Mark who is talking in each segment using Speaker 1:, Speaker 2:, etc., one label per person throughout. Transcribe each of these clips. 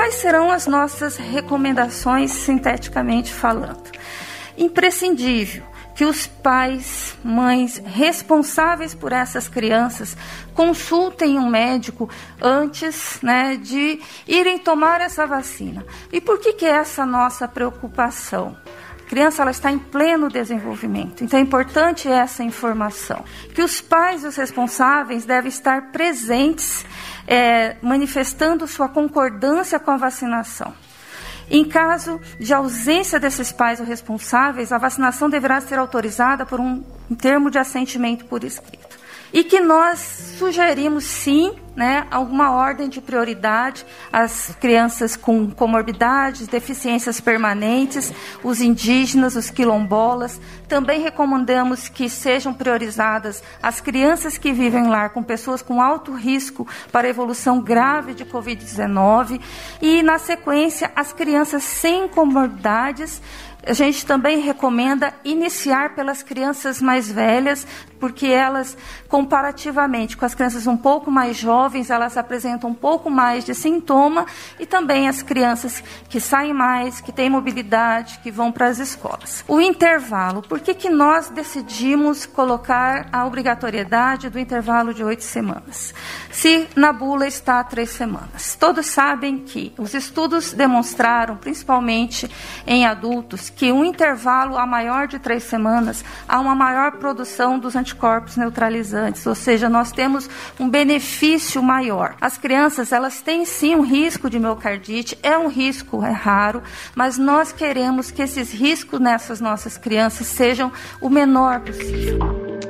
Speaker 1: quais serão as nossas recomendações, sinteticamente falando? Imprescindível que os pais, mães responsáveis por essas crianças consultem um médico antes, de irem tomar essa vacina. E por que é essa nossa preocupação? A criança ela está em pleno desenvolvimento, então é importante essa informação. Que os pais e os responsáveis devem estar presentes, manifestando sua concordância com a vacinação. Em caso de ausência desses pais ou responsáveis, a vacinação deverá ser autorizada por um termo de assentimento por escrito. E que nós sugerimos, sim, alguma ordem de prioridade às crianças com comorbidades, deficiências permanentes, os indígenas, os quilombolas. Também recomendamos que sejam priorizadas as crianças que vivem em lar com pessoas com alto risco para evolução grave de Covid-19 e, na sequência, as crianças sem comorbidades. A gente também recomenda iniciar pelas crianças mais velhas, porque elas, comparativamente com as crianças um pouco mais jovens, elas apresentam um pouco mais de sintoma, e também as crianças que saem mais, que têm mobilidade, que vão para as escolas. O intervalo, por que nós decidimos colocar a obrigatoriedade do intervalo de 8 semanas? Se na bula está 3 semanas. Todos sabem que os estudos demonstraram, principalmente em adultos, que um intervalo a maior de 3 semanas há uma maior produção dos anticorpos neutralizantes, ou seja, nós temos um benefício maior. As crianças, elas têm sim um risco de miocardite, é um risco, é raro, mas nós queremos que esses riscos nessas nossas crianças sejam o menor possível.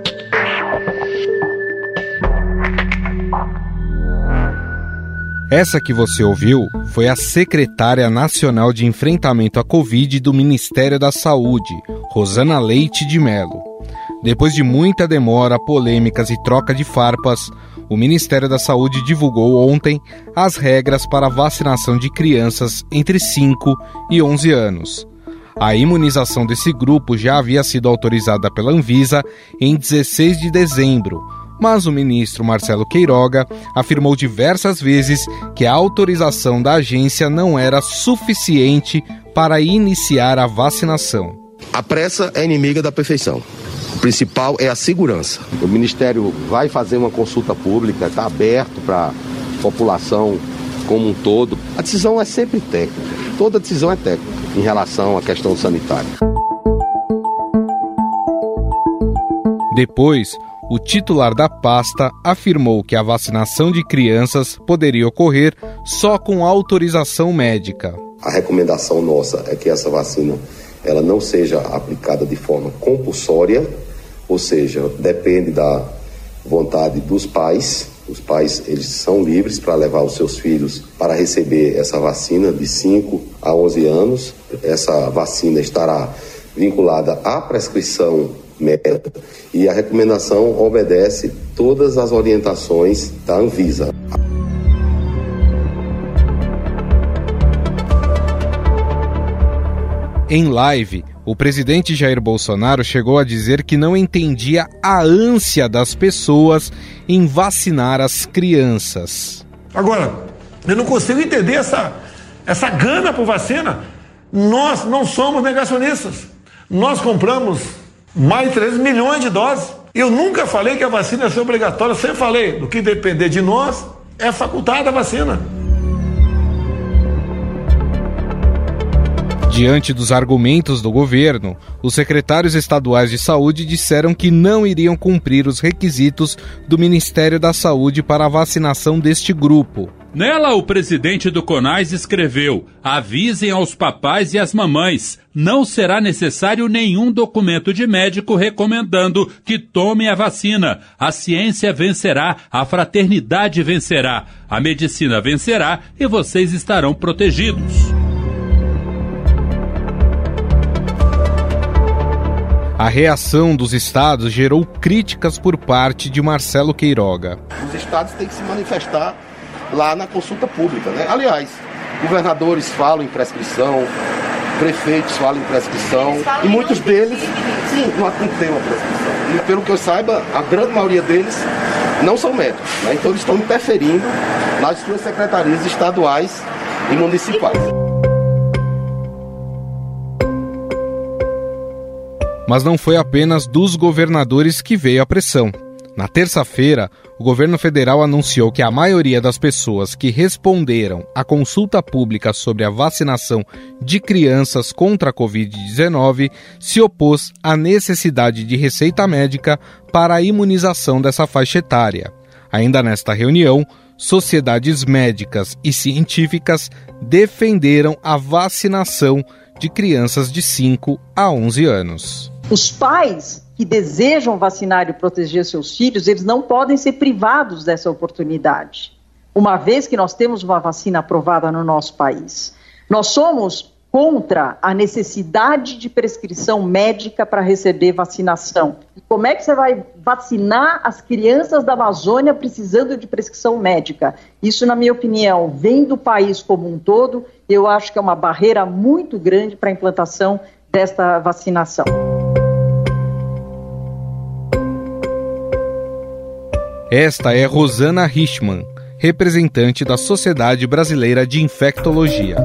Speaker 2: Essa que você ouviu foi a secretária nacional de enfrentamento à Covid do Ministério da Saúde, Rosana Leite de Mello. Depois de muita demora, polêmicas e troca de farpas, o Ministério da Saúde divulgou ontem as regras para a vacinação de crianças entre 5 e 11 anos. A imunização desse grupo já havia sido autorizada pela Anvisa em 16 de dezembro, mas o ministro Marcelo Queiroga afirmou diversas vezes que a autorização da agência não era suficiente para iniciar a vacinação.
Speaker 3: A pressa é inimiga da perfeição. O principal é a segurança. O Ministério vai fazer uma consulta pública, está aberto para a população como um todo. A decisão é sempre técnica, toda decisão é técnica em relação à questão sanitária.
Speaker 2: Depois, o titular da pasta afirmou que a vacinação de crianças poderia ocorrer só com autorização médica.
Speaker 3: A recomendação nossa é que essa vacina ela não seja aplicada de forma compulsória, ou seja, depende da vontade dos pais. Os pais, eles são livres para levar os seus filhos para receber essa vacina de 5 a 11 anos. Essa vacina estará vinculada à prescrição médica e a recomendação obedece todas as orientações da Anvisa.
Speaker 2: Em live, o presidente Jair Bolsonaro chegou a dizer que não entendia a ânsia das pessoas em vacinar as crianças.
Speaker 4: Agora, eu não consigo entender essa gana por vacina. Nós não somos negacionistas. Nós compramos mais de 3 milhões de doses. Eu nunca falei que a vacina ia ser obrigatória, eu sempre falei, do que depender de nós, é facultada a vacina.
Speaker 2: Diante dos argumentos do governo, os secretários estaduais de saúde disseram que não iriam cumprir os requisitos do Ministério da Saúde para a vacinação deste grupo.
Speaker 5: Nela, o presidente do CONAS escreveu: avisem aos papais e às mamães, não será necessário nenhum documento de médico recomendando que tomem a vacina. A ciência vencerá, a fraternidade vencerá, a medicina vencerá e vocês estarão protegidos.
Speaker 2: A reação dos estados gerou críticas por parte de Marcelo Queiroga.
Speaker 3: Os estados têm que se manifestar lá na consulta pública, né? Aliás, governadores falam em prescrição, prefeitos falam em prescrição, e muitos deles, sim, não tem uma prescrição. E pelo que eu saiba, a grande maioria deles não são médicos, né? Então eles estão interferindo nas suas secretarias estaduais e municipais.
Speaker 2: Mas não foi apenas dos governadores que veio a pressão. Na terça-feira, o governo federal anunciou que a maioria das pessoas que responderam à consulta pública sobre a vacinação de crianças contra a Covid-19 se opôs à necessidade de receita médica para a imunização dessa faixa etária. Ainda nesta reunião, sociedades médicas e científicas defenderam a vacinação de crianças de 5 a 11 anos.
Speaker 6: Os pais que desejam vacinar e proteger seus filhos, eles não podem ser privados dessa oportunidade, uma vez que nós temos uma vacina aprovada no nosso país. Nós somos contra a necessidade de prescrição médica para receber vacinação. Como é que você vai vacinar as crianças da Amazônia precisando de prescrição médica? Isso, na minha opinião, vem do país como um todo. Eu acho que é uma barreira muito grande para a implantação desta vacinação.
Speaker 2: Esta é Rosana Richman, representante da Sociedade Brasileira de Infectologia.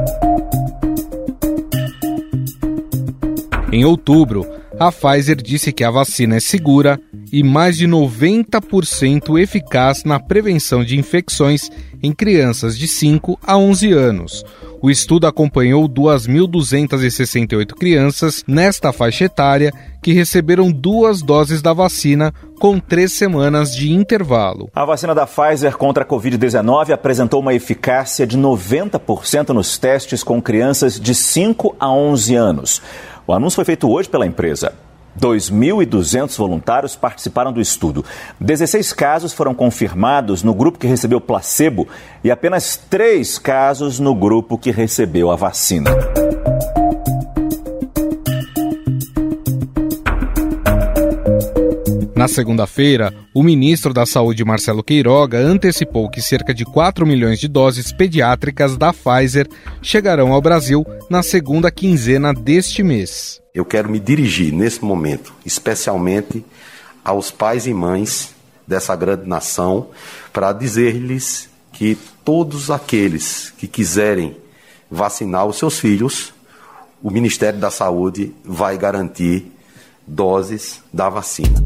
Speaker 2: Em outubro, a Pfizer disse que a vacina é segura e mais de 90% eficaz na prevenção de infecções em crianças de 5 a 11 anos. O estudo acompanhou 2.268 crianças nesta faixa etária que receberam 2 doses da vacina com 3 semanas de intervalo.
Speaker 7: A vacina da Pfizer contra a Covid-19 apresentou uma eficácia de 90% nos testes com crianças de 5 a 11 anos. O anúncio foi feito hoje pela empresa. 2.200 voluntários participaram do estudo. 16 casos foram confirmados no grupo que recebeu placebo e apenas 3 casos no grupo que recebeu a vacina.
Speaker 2: Na segunda-feira, o ministro da Saúde, Marcelo Queiroga, antecipou que cerca de 4 milhões de doses pediátricas da Pfizer chegarão ao Brasil na segunda quinzena deste mês.
Speaker 3: Eu quero me dirigir, nesse momento, especialmente aos pais e mães dessa grande nação, para dizer-lhes que todos aqueles que quiserem vacinar os seus filhos, o Ministério da Saúde vai garantir doses da vacina.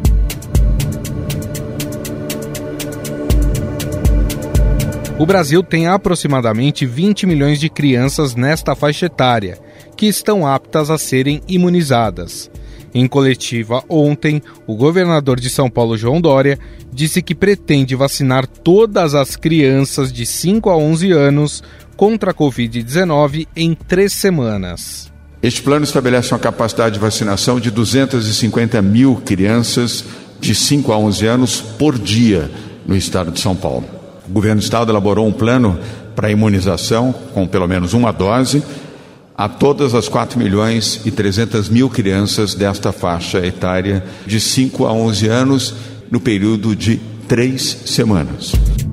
Speaker 2: O Brasil tem aproximadamente 20 milhões de crianças nesta faixa etária, que estão aptas a serem imunizadas. Em coletiva ontem, o governador de São Paulo, João Dória, disse que pretende vacinar todas as crianças de 5 a 11 anos contra a Covid-19 em 3 semanas.
Speaker 8: Este plano estabelece uma capacidade de vacinação de 250 mil crianças de 5 a 11 anos por dia no estado de São Paulo. O governo do estado elaborou um plano para imunização com pelo menos uma dose a todas as 4 milhões e 300 mil crianças desta faixa etária de 5 a 11 anos no período de 3 semanas.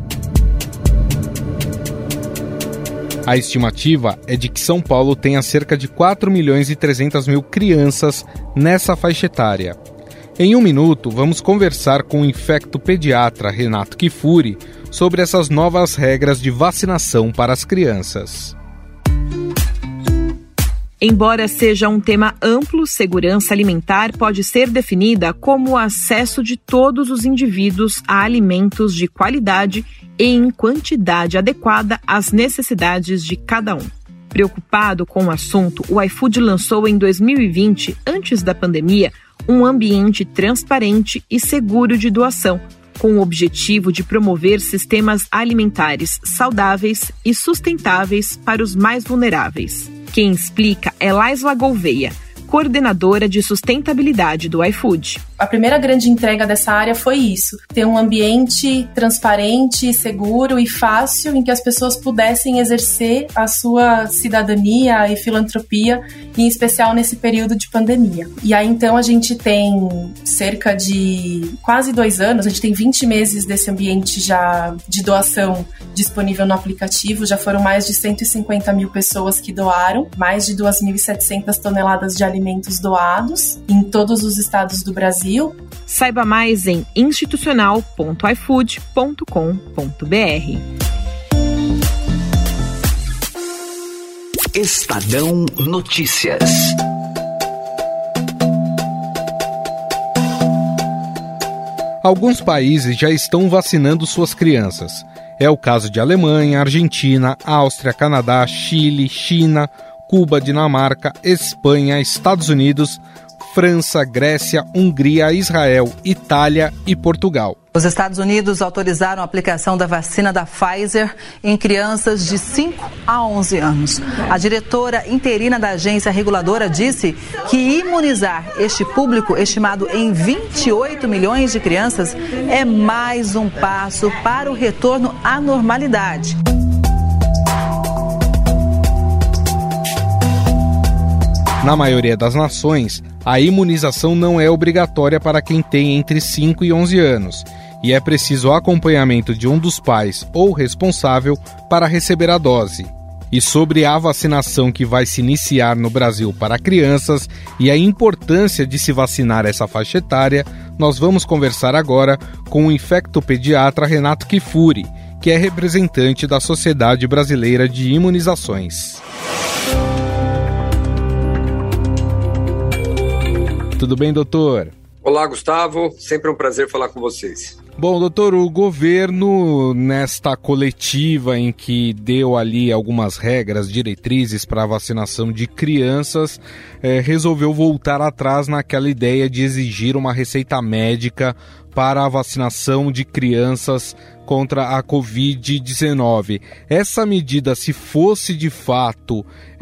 Speaker 2: A estimativa é de que São Paulo tenha cerca de 4 milhões e 300 mil crianças nessa faixa etária. Em um minuto, vamos conversar com o infectopediatra Renato Kifuri sobre essas novas regras de vacinação para as crianças.
Speaker 9: Embora seja um tema amplo, segurança alimentar pode ser definida como o acesso de todos os indivíduos a alimentos de qualidade e em quantidade adequada às necessidades de cada um. Preocupado com o assunto, o iFood lançou em 2020, antes da pandemia, um ambiente transparente e seguro de doação, com o objetivo de promover sistemas alimentares saudáveis e sustentáveis para os mais vulneráveis. Quem explica é Laisla Gouveia, coordenadora de sustentabilidade do iFood.
Speaker 10: A primeira grande entrega dessa área foi isso, ter um ambiente transparente, seguro e fácil em que as pessoas pudessem exercer a sua cidadania e filantropia, em especial nesse período de pandemia. E aí então a gente tem cerca de quase 2 anos, a gente tem 20 meses desse ambiente já de doação disponível no aplicativo, já foram mais de 150 mil pessoas que doaram, mais de 2.700 toneladas de alimentos doados em todos os estados do Brasil.
Speaker 9: Saiba mais em institucional.ifood.com.br.
Speaker 11: Estadão Notícias.
Speaker 2: Alguns países já estão vacinando suas crianças. É o caso de Alemanha, Argentina, Áustria, Canadá, Chile, China, Cuba, Dinamarca, Espanha, Estados Unidos, França, Grécia, Hungria, Israel, Itália e Portugal.
Speaker 12: Os Estados Unidos autorizaram a aplicação da vacina da Pfizer em crianças de 5 a 11 anos. A diretora interina da agência reguladora disse que imunizar este público, estimado em 28 milhões de crianças, é mais um passo para o retorno à normalidade.
Speaker 2: Na maioria das nações, a imunização não é obrigatória para quem tem entre 5 e 11 anos. E é preciso o acompanhamento de um dos pais ou responsável para receber a dose. E sobre a vacinação que vai se iniciar no Brasil para crianças e a importância de se vacinar essa faixa etária, nós vamos conversar agora com o infectopediatra Renato Kifuri, que é representante da Sociedade Brasileira de Imunizações. Tudo bem, doutor?
Speaker 13: Olá, Gustavo. Sempre um prazer falar com vocês.
Speaker 2: Bom, doutor, o governo, nesta coletiva em que deu ali algumas regras, diretrizes para a vacinação de crianças, resolveu voltar atrás naquela ideia de exigir uma receita médica para a vacinação de crianças contra a Covid-19. Essa medida, se fosse de fato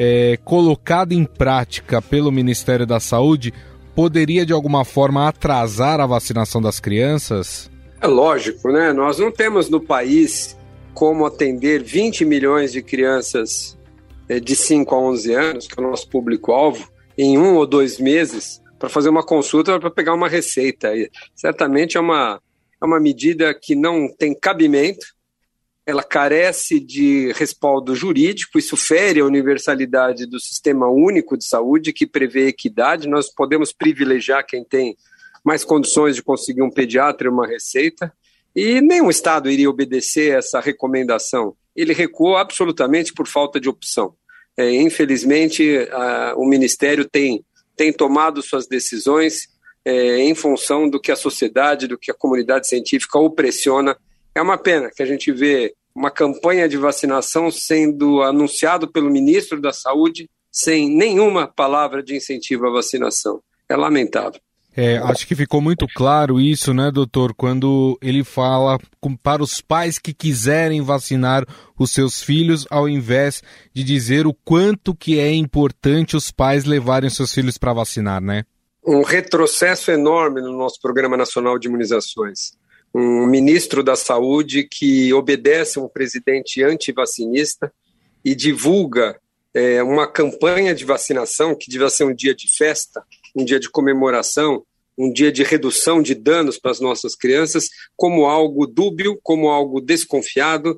Speaker 2: colocada em prática pelo Ministério da Saúde, poderia de alguma forma atrasar a vacinação das crianças?
Speaker 13: É lógico, né? Nós não temos no país como atender 20 milhões de crianças de 5 a 11 anos, que é o nosso público-alvo, em 1 ou 2 meses, para fazer uma consulta para pegar uma receita. E certamente é uma medida que não tem cabimento, ela carece de respaldo jurídico, isso fere a universalidade do Sistema Único de Saúde, que prevê equidade. Nós podemos privilegiar quem tem mais condições de conseguir um pediatra e uma receita, e nenhum Estado iria obedecer essa recomendação. Ele recuou absolutamente por falta de opção. Infelizmente, o Ministério tem tomado suas decisões em função do que a sociedade, do que a comunidade científica o pressiona. É uma pena que a gente vê uma campanha de vacinação sendo anunciado pelo ministro da Saúde sem nenhuma palavra de incentivo à vacinação. É lamentável.
Speaker 2: Acho que ficou muito claro isso, né, doutor, quando ele fala para os pais que quiserem vacinar os seus filhos, ao invés de dizer o quanto que é importante os pais levarem seus filhos para vacinar, né?
Speaker 13: Um retrocesso enorme no nosso Programa Nacional de Imunizações. Um ministro da Saúde que obedece a um presidente antivacinista e divulga uma campanha de vacinação que devia ser um dia de festa, um dia de comemoração, um dia de redução de danos para as nossas crianças, como algo dúbio, como algo desconfiado,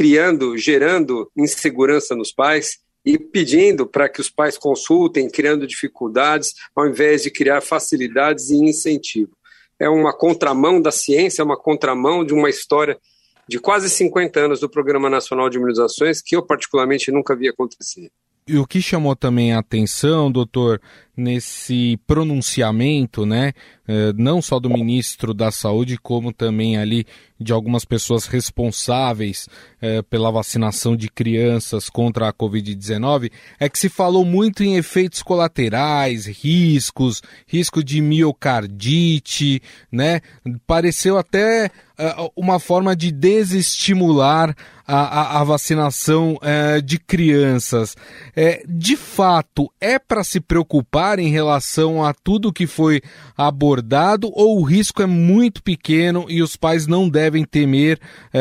Speaker 13: gerando insegurança nos pais e pedindo para que os pais consultem, criando dificuldades, ao invés de criar facilidades e incentivo. É uma contramão da ciência, é uma contramão de uma história de quase 50 anos do Programa Nacional de Imunizações que eu particularmente nunca vi acontecer.
Speaker 2: E o que chamou também a atenção, doutor, nesse pronunciamento, né, não só do ministro da Saúde, como também ali de algumas pessoas responsáveis pela vacinação de crianças contra a Covid-19, é que se falou muito em efeitos colaterais, risco de miocardite, né? Pareceu até uma forma de desestimular a vacinação de crianças. De fato, é para se preocupar em relação a tudo que foi abordado, ou o risco é muito pequeno e os pais não devem temer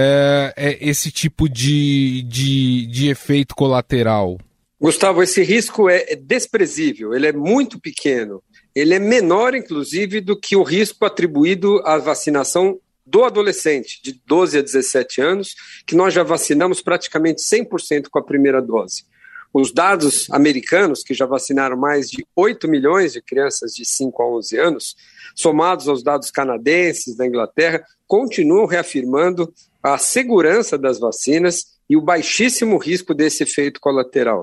Speaker 2: esse tipo de efeito colateral?
Speaker 13: Gustavo, esse risco é desprezível, ele é muito pequeno. Ele é menor, inclusive, do que o risco atribuído à vacinação do adolescente, de 12 a 17 anos, que nós já vacinamos praticamente 100% com a primeira dose. Os dados americanos, que já vacinaram mais de 8 milhões de crianças de 5 a 11 anos, somados aos dados canadenses, da Inglaterra, continuam reafirmando a segurança das vacinas e o baixíssimo risco desse efeito colateral.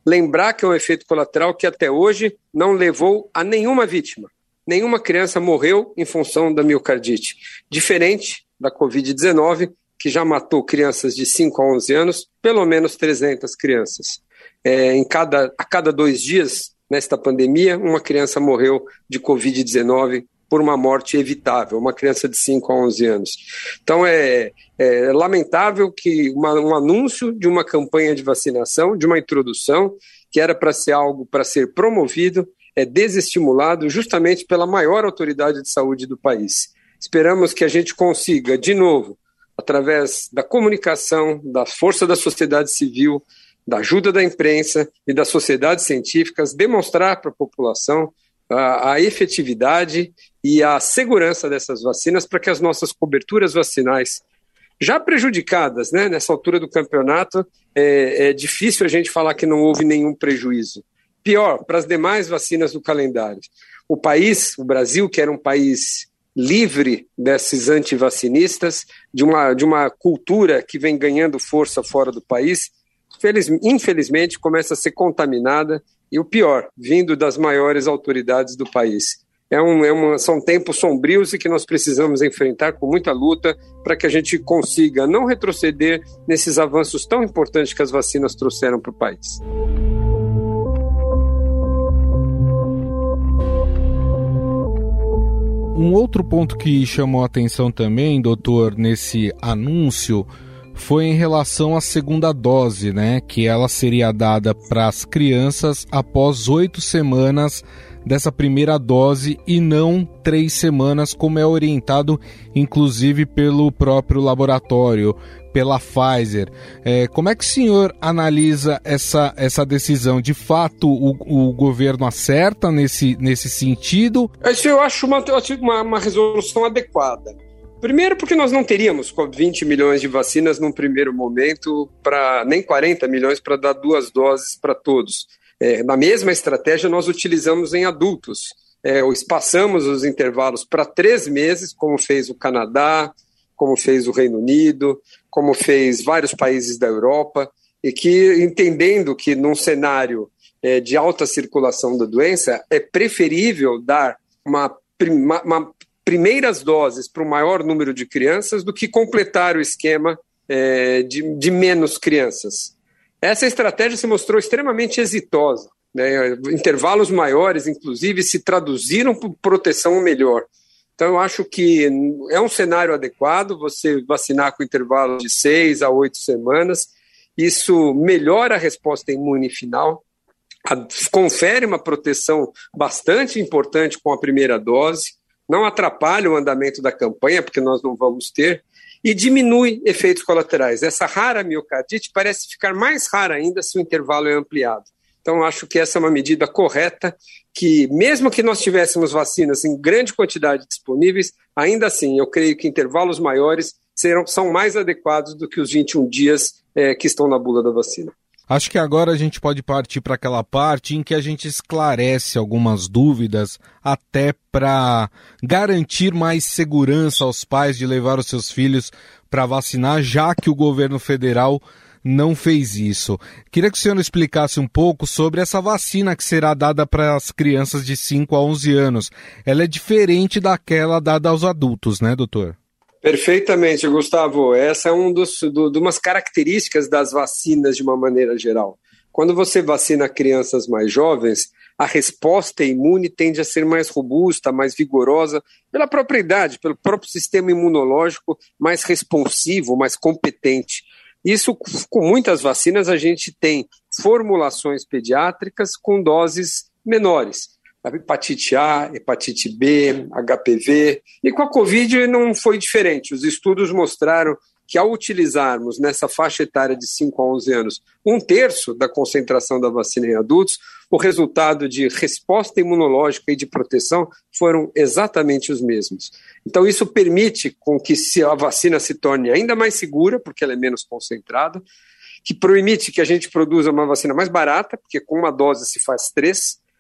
Speaker 13: lembrar que é um efeito colateral que até hoje não levou a nenhuma vítima. Nenhuma criança morreu em função da miocardite. Diferente da Covid-19, que já matou crianças de 5 a 11 anos, pelo menos 300 crianças. A cada 2 dias, nesta pandemia, uma criança morreu de Covid-19 por uma morte evitável, uma criança de 5 a 11 anos. Então é lamentável que um anúncio de uma campanha de vacinação, de uma introdução, que era para ser algo para ser promovido, é desestimulado justamente pela maior autoridade de saúde do país. Esperamos que a gente consiga, de novo, através da comunicação, da força da sociedade civil, da ajuda da imprensa e das sociedades científicas, demonstrar para a população a efetividade e a segurança dessas vacinas para que as nossas coberturas vacinais, já prejudicadas, né, nessa altura do campeonato, é difícil a gente falar que não houve nenhum prejuízo. Pior, para as demais vacinas do calendário. O Brasil, que era um país livre desses antivacinistas, de uma cultura que vem ganhando força fora do país, infelizmente começa a ser contaminada, e o pior, vindo das maiores autoridades do país. São tempos sombrios e que nós precisamos enfrentar com muita luta para que a gente consiga não retroceder nesses avanços tão importantes que as vacinas trouxeram para o país.
Speaker 2: Um outro ponto que chamou a atenção também, doutor, nesse anúncio, foi em relação à segunda dose, né? Que ela seria dada para as crianças após 8 semanas dessa primeira dose e não 3 semanas, como é orientado, inclusive, pelo próprio laboratório, pela Pfizer. Como é que o senhor analisa essa decisão? De fato, o governo acerta nesse sentido?
Speaker 13: Isso eu acho uma resolução adequada. Primeiro porque nós não teríamos 20 milhões de vacinas num primeiro momento, nem 40 milhões para dar 2 doses para todos. Na mesma estratégia nós utilizamos em adultos. Espaçamos os intervalos para 3 meses, como fez o Canadá, como fez o Reino Unido, como fez vários países da Europa, e que, entendendo que num cenário de alta circulação da doença, é preferível dar primeiras doses para o maior número de crianças do que completar o esquema de menos crianças. Essa estratégia se mostrou extremamente exitosa, né? Intervalos maiores, inclusive, se traduziram por proteção melhor. Então, eu acho que é um cenário adequado você vacinar com intervalo de 6 a 8 semanas. Isso melhora a resposta imune final, confere uma proteção bastante importante com a primeira dose, não atrapalha o andamento da campanha, porque nós não vamos ter, e diminui efeitos colaterais. Essa rara miocardite parece ficar mais rara ainda se o intervalo é ampliado. Então, eu acho que essa é uma medida correta, que mesmo que nós tivéssemos vacinas em grande quantidade disponíveis, ainda assim, eu creio que intervalos maiores são mais adequados do que os 21 dias que estão na bula da vacina.
Speaker 2: Acho que agora a gente pode partir para aquela parte em que a gente esclarece algumas dúvidas, até para garantir mais segurança aos pais de levar os seus filhos para vacinar, já que o governo federal não fez isso. Queria que o senhor explicasse um pouco sobre essa vacina que será dada para as crianças de 5 a 11 anos. Ela é diferente daquela dada aos adultos, né, doutor?
Speaker 13: Perfeitamente, Gustavo. Essa é de umas características das vacinas de uma maneira geral. Quando você vacina crianças mais jovens, a resposta imune tende a ser mais robusta, mais vigorosa, pela própria idade, pelo próprio sistema imunológico mais responsivo, mais competente. Isso, com muitas vacinas, a gente tem formulações pediátricas com doses menores. Hepatite A, hepatite B, HPV. E com a Covid não foi diferente. Os estudos mostraram que ao utilizarmos nessa faixa etária de 5 a 11 anos 1/3 da concentração da vacina em adultos, o resultado de resposta imunológica e de proteção foram exatamente os mesmos. Então isso permite com que a vacina se torne ainda mais segura, porque ela é menos concentrada, que permite que a gente produza uma vacina mais barata, porque com uma dose se faz 3,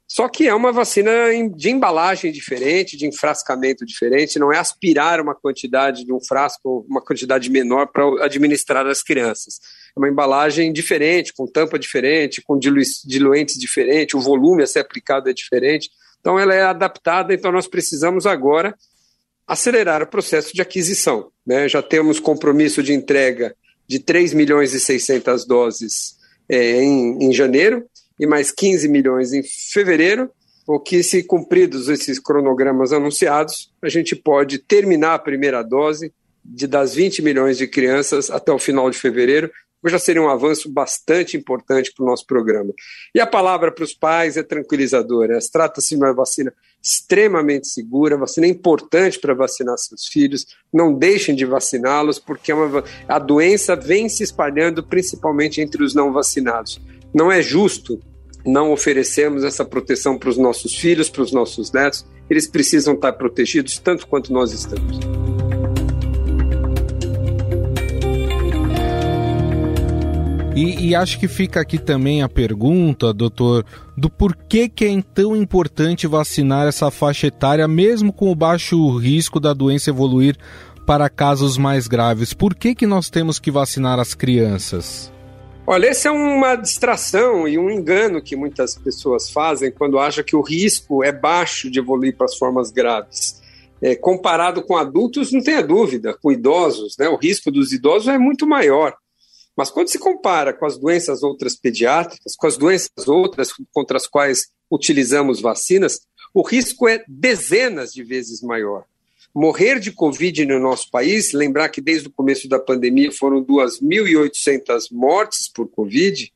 Speaker 13: Só que é uma vacina de embalagem diferente, de enfrascamento diferente, não é aspirar uma quantidade de um frasco, uma quantidade menor para administrar às crianças. É uma embalagem diferente, com tampa diferente, com diluentes diferentes, o volume a ser aplicado é diferente. Então ela é adaptada, então nós precisamos agora acelerar o processo de aquisição, né? Já temos compromisso de entrega de 3 milhões e 600 doses em janeiro, e mais 15 milhões em fevereiro, o que, se cumpridos esses cronogramas anunciados, a gente pode terminar a primeira dose das 20 milhões de crianças até o final de fevereiro, que já seria um avanço bastante importante para o nosso programa. E a palavra para os pais é tranquilizadora. Trata-se de uma vacina extremamente segura, vacina importante para vacinar seus filhos. Não deixem de vaciná-los, porque a doença vem se espalhando principalmente entre os não vacinados. Não é justo não oferecermos essa proteção para os nossos filhos, para os nossos netos. Eles precisam estar protegidos tanto quanto nós estamos.
Speaker 2: E acho que fica aqui também a pergunta, doutor, do porquê que é tão importante vacinar essa faixa etária, mesmo com o baixo risco da doença evoluir para casos mais graves. Por que nós temos que vacinar as crianças?
Speaker 13: Olha, essa é uma distração e um engano que muitas pessoas fazem quando acham que o risco é baixo de evoluir para as formas graves. Comparado com adultos, não tenha dúvida, com idosos, né, o risco dos idosos é muito maior. Mas quando se compara com as doenças outras pediátricas, com as doenças outras contra as quais utilizamos vacinas, o risco é dezenas de vezes maior. Morrer de Covid no nosso país, lembrar que desde o começo da pandemia foram 2.800 mortes por Covid,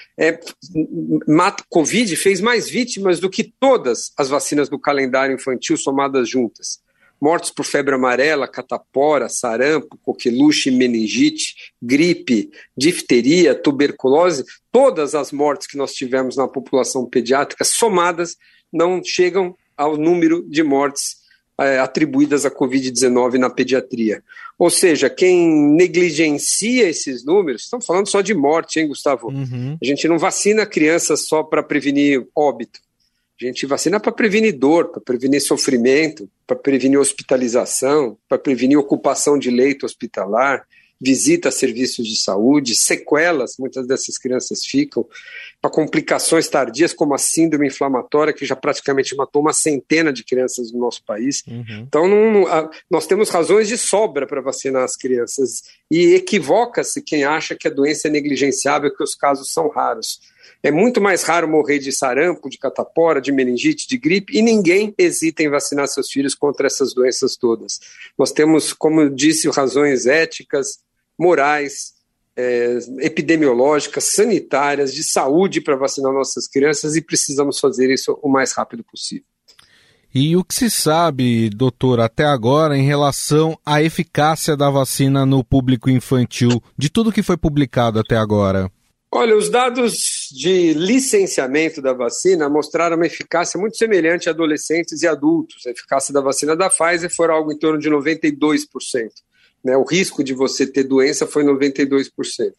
Speaker 13: Covid fez mais vítimas do que todas as vacinas do calendário infantil somadas juntas. Mortes por febre amarela, catapora, sarampo, coqueluche, meningite, gripe, difteria, tuberculose, todas as mortes que nós tivemos na população pediátrica somadas não chegam ao número de mortes atribuídas à Covid-19 na pediatria. Ou seja, quem negligencia esses números, estamos falando só de morte, hein, Gustavo? Uhum. A gente não vacina crianças só para prevenir óbito. A gente vacina para prevenir dor, para prevenir sofrimento, para prevenir hospitalização, para prevenir ocupação de leito hospitalar, visita a serviços de saúde, sequelas, muitas dessas crianças ficam, para complicações tardias como a síndrome inflamatória, que já praticamente matou uma centena de crianças no nosso país. Uhum. Então, nós temos razões de sobra para vacinar as crianças, e equivoca-se quem acha que a doença é negligenciável, que os casos são raros. É muito mais raro morrer de sarampo, de catapora, de meningite, de gripe, e ninguém hesita em vacinar seus filhos contra essas doenças todas. Nós temos, como eu disse, razões éticas, morais, epidemiológicas, sanitárias, de saúde para vacinar nossas crianças, e precisamos fazer isso o mais rápido possível.
Speaker 2: E o que se sabe, doutor, até agora em relação à eficácia da vacina no público infantil, de tudo que foi publicado até agora?
Speaker 13: Olha, os dados de licenciamento da vacina mostraram uma eficácia muito semelhante a adolescentes e adultos. A eficácia da vacina da Pfizer foi algo em torno de 92%. Né? O risco de você ter doença foi 92%.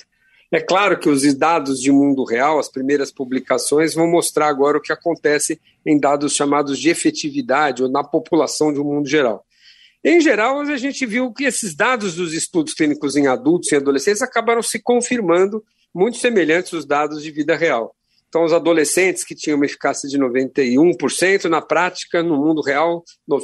Speaker 13: É claro que os dados de mundo real, as primeiras publicações, vão mostrar agora o que acontece em dados chamados de efetividade ou na população de um mundo geral. Em geral, a gente viu que esses dados dos estudos clínicos em adultos e adolescentes acabaram se confirmando muito semelhantes aos dados de vida real. Então, os adolescentes que tinham uma eficácia de 91%, na prática, no mundo real,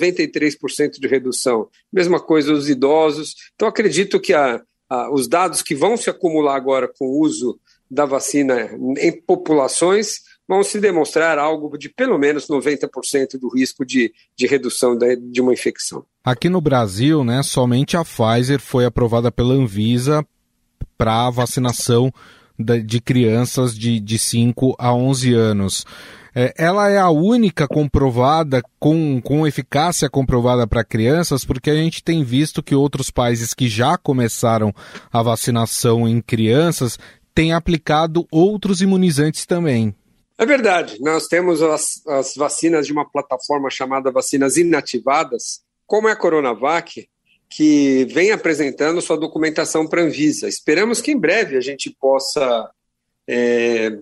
Speaker 13: 93% de redução. Mesma coisa os idosos. Então, acredito que os dados que vão se acumular agora com o uso da vacina em populações vão se demonstrar algo de pelo menos 90% do risco de redução de uma infecção.
Speaker 2: Aqui no Brasil, né, somente a Pfizer foi aprovada pela Anvisa para vacinação de crianças de 5 a 11 anos. Ela é a única comprovada, com eficácia comprovada para crianças, porque a gente tem visto que outros países que já começaram a vacinação em crianças têm aplicado outros imunizantes também.
Speaker 13: É verdade, nós temos as vacinas de uma plataforma chamada vacinas inativadas, como é a Coronavac, que vem apresentando sua documentação para a Anvisa. Esperamos que em breve a gente possa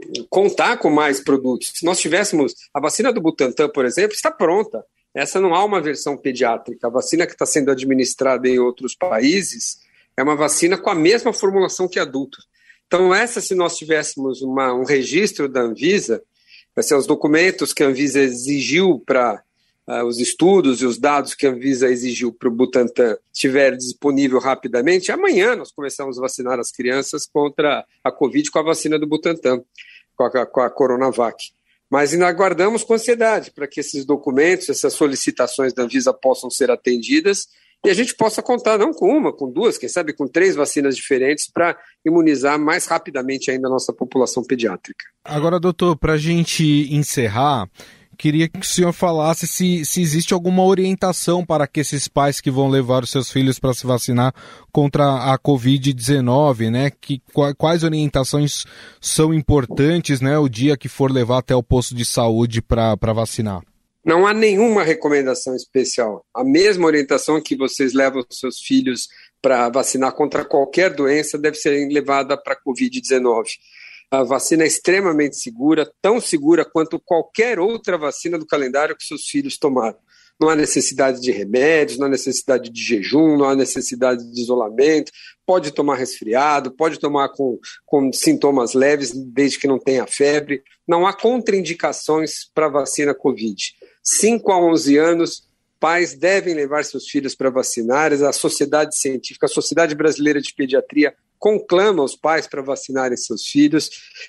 Speaker 13: contar com mais produtos. Se nós tivéssemos a vacina do Butantan, por exemplo, está pronta. Essa não há uma versão pediátrica. A vacina que está sendo administrada em outros países é uma vacina com a mesma formulação que adulto. Então, se nós tivéssemos um registro da Anvisa, vai ser os documentos que a Anvisa exigiu para os estudos e os dados que a Anvisa exigiu para o Butantan estiver disponível rapidamente, amanhã nós começamos a vacinar as crianças contra a Covid com a vacina do Butantan, com a Coronavac. Mas ainda aguardamos com ansiedade para que esses documentos, essas solicitações da Anvisa possam ser atendidas e a gente possa contar não com uma, com duas, quem sabe com 3 vacinas diferentes para imunizar mais rapidamente ainda a nossa população pediátrica.
Speaker 2: Agora, doutor, para a gente encerrar, queria que o senhor falasse se existe alguma orientação para que esses pais que vão levar os seus filhos para se vacinar contra a Covid-19, né? Quais orientações são importantes, né, o dia que for levar até o posto de saúde para vacinar?
Speaker 13: Não há nenhuma recomendação especial. A mesma orientação que vocês levam os seus filhos para vacinar contra qualquer doença deve ser levada para a Covid-19. A vacina é extremamente segura, tão segura quanto qualquer outra vacina do calendário que seus filhos tomaram. Não há necessidade de remédios, não há necessidade de jejum, não há necessidade de isolamento. Pode tomar resfriado, pode tomar com sintomas leves, desde que não tenha febre. Não há contraindicações para a vacina Covid. 5 a 11 anos, pais devem levar seus filhos para vacinar. A Sociedade Científica, a Sociedade Brasileira de Pediatria, conclama os pais para vacinarem seus filhos.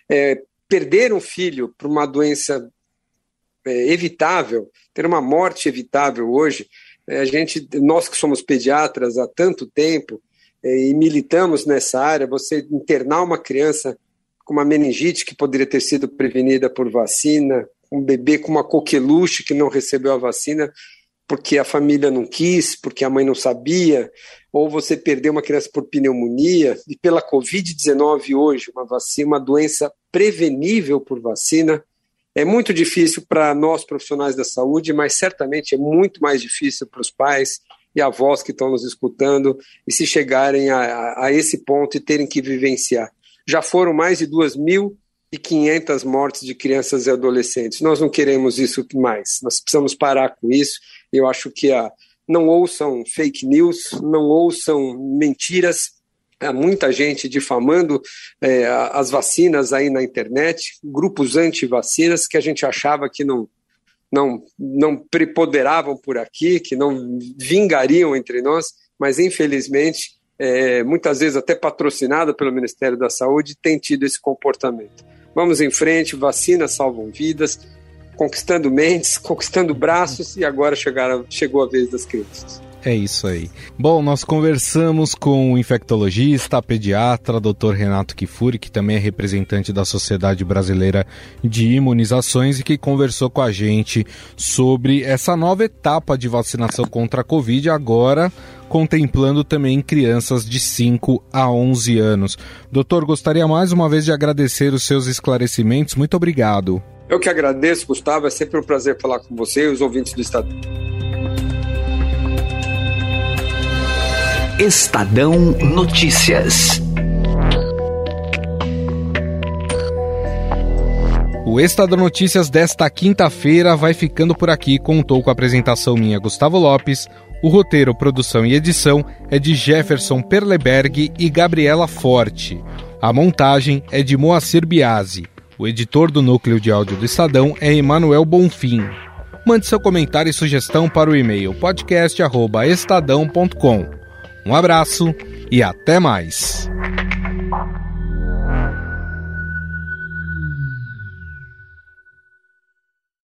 Speaker 13: Perder um filho por uma doença evitável, ter uma morte evitável hoje, nós que somos pediatras há tanto tempo e militamos nessa área, você internar uma criança com uma meningite que poderia ter sido prevenida por vacina, um bebê com uma coqueluche que não recebeu a vacina porque a família não quis, porque a mãe não sabia, ou você perdeu uma criança por pneumonia, e pela Covid-19 hoje, uma doença prevenível por vacina, é muito difícil para nós profissionais da saúde, mas certamente é muito mais difícil para os pais e avós que estão nos escutando, e se chegarem a esse ponto e terem que vivenciar. Já foram mais de 2.500 mortes de crianças e adolescentes. Nós não queremos isso mais, nós precisamos parar com isso. Eu acho que não ouçam fake news, não ouçam mentiras. Há muita gente difamando as vacinas aí na internet, grupos anti-vacinas que a gente achava que não preponderavam por aqui, que não vingariam entre nós, mas infelizmente, muitas vezes até patrocinada pelo Ministério da Saúde, tem tido esse comportamento. Vamos em frente, vacinas salvam vidas, conquistando mentes, conquistando braços, e agora chegou a vez das crianças.
Speaker 2: É isso aí. Bom, nós conversamos com o infectologista, pediatra, Dr. Renato Kifuri, que também é representante da Sociedade Brasileira de Imunizações e que conversou com a gente sobre essa nova etapa de vacinação contra a Covid, agora contemplando também crianças de 5 a 11 anos. Doutor, gostaria mais uma vez de agradecer os seus esclarecimentos. Muito obrigado.
Speaker 13: Eu que agradeço, Gustavo. É sempre um prazer falar com você e os ouvintes do Estadão.
Speaker 11: Estadão Notícias.
Speaker 2: O Estadão Notícias desta quinta-feira vai ficando por aqui. Contou com a apresentação minha, Gustavo Lopes. O roteiro, produção e edição é de Jefferson Perleberg e Gabriela Forte. A montagem é de Moacir Biasi. O editor do núcleo de áudio do Estadão é Emanuel Bonfim. Mande seu comentário e sugestão para o e-mail podcast@estadão.com. Um abraço e até mais.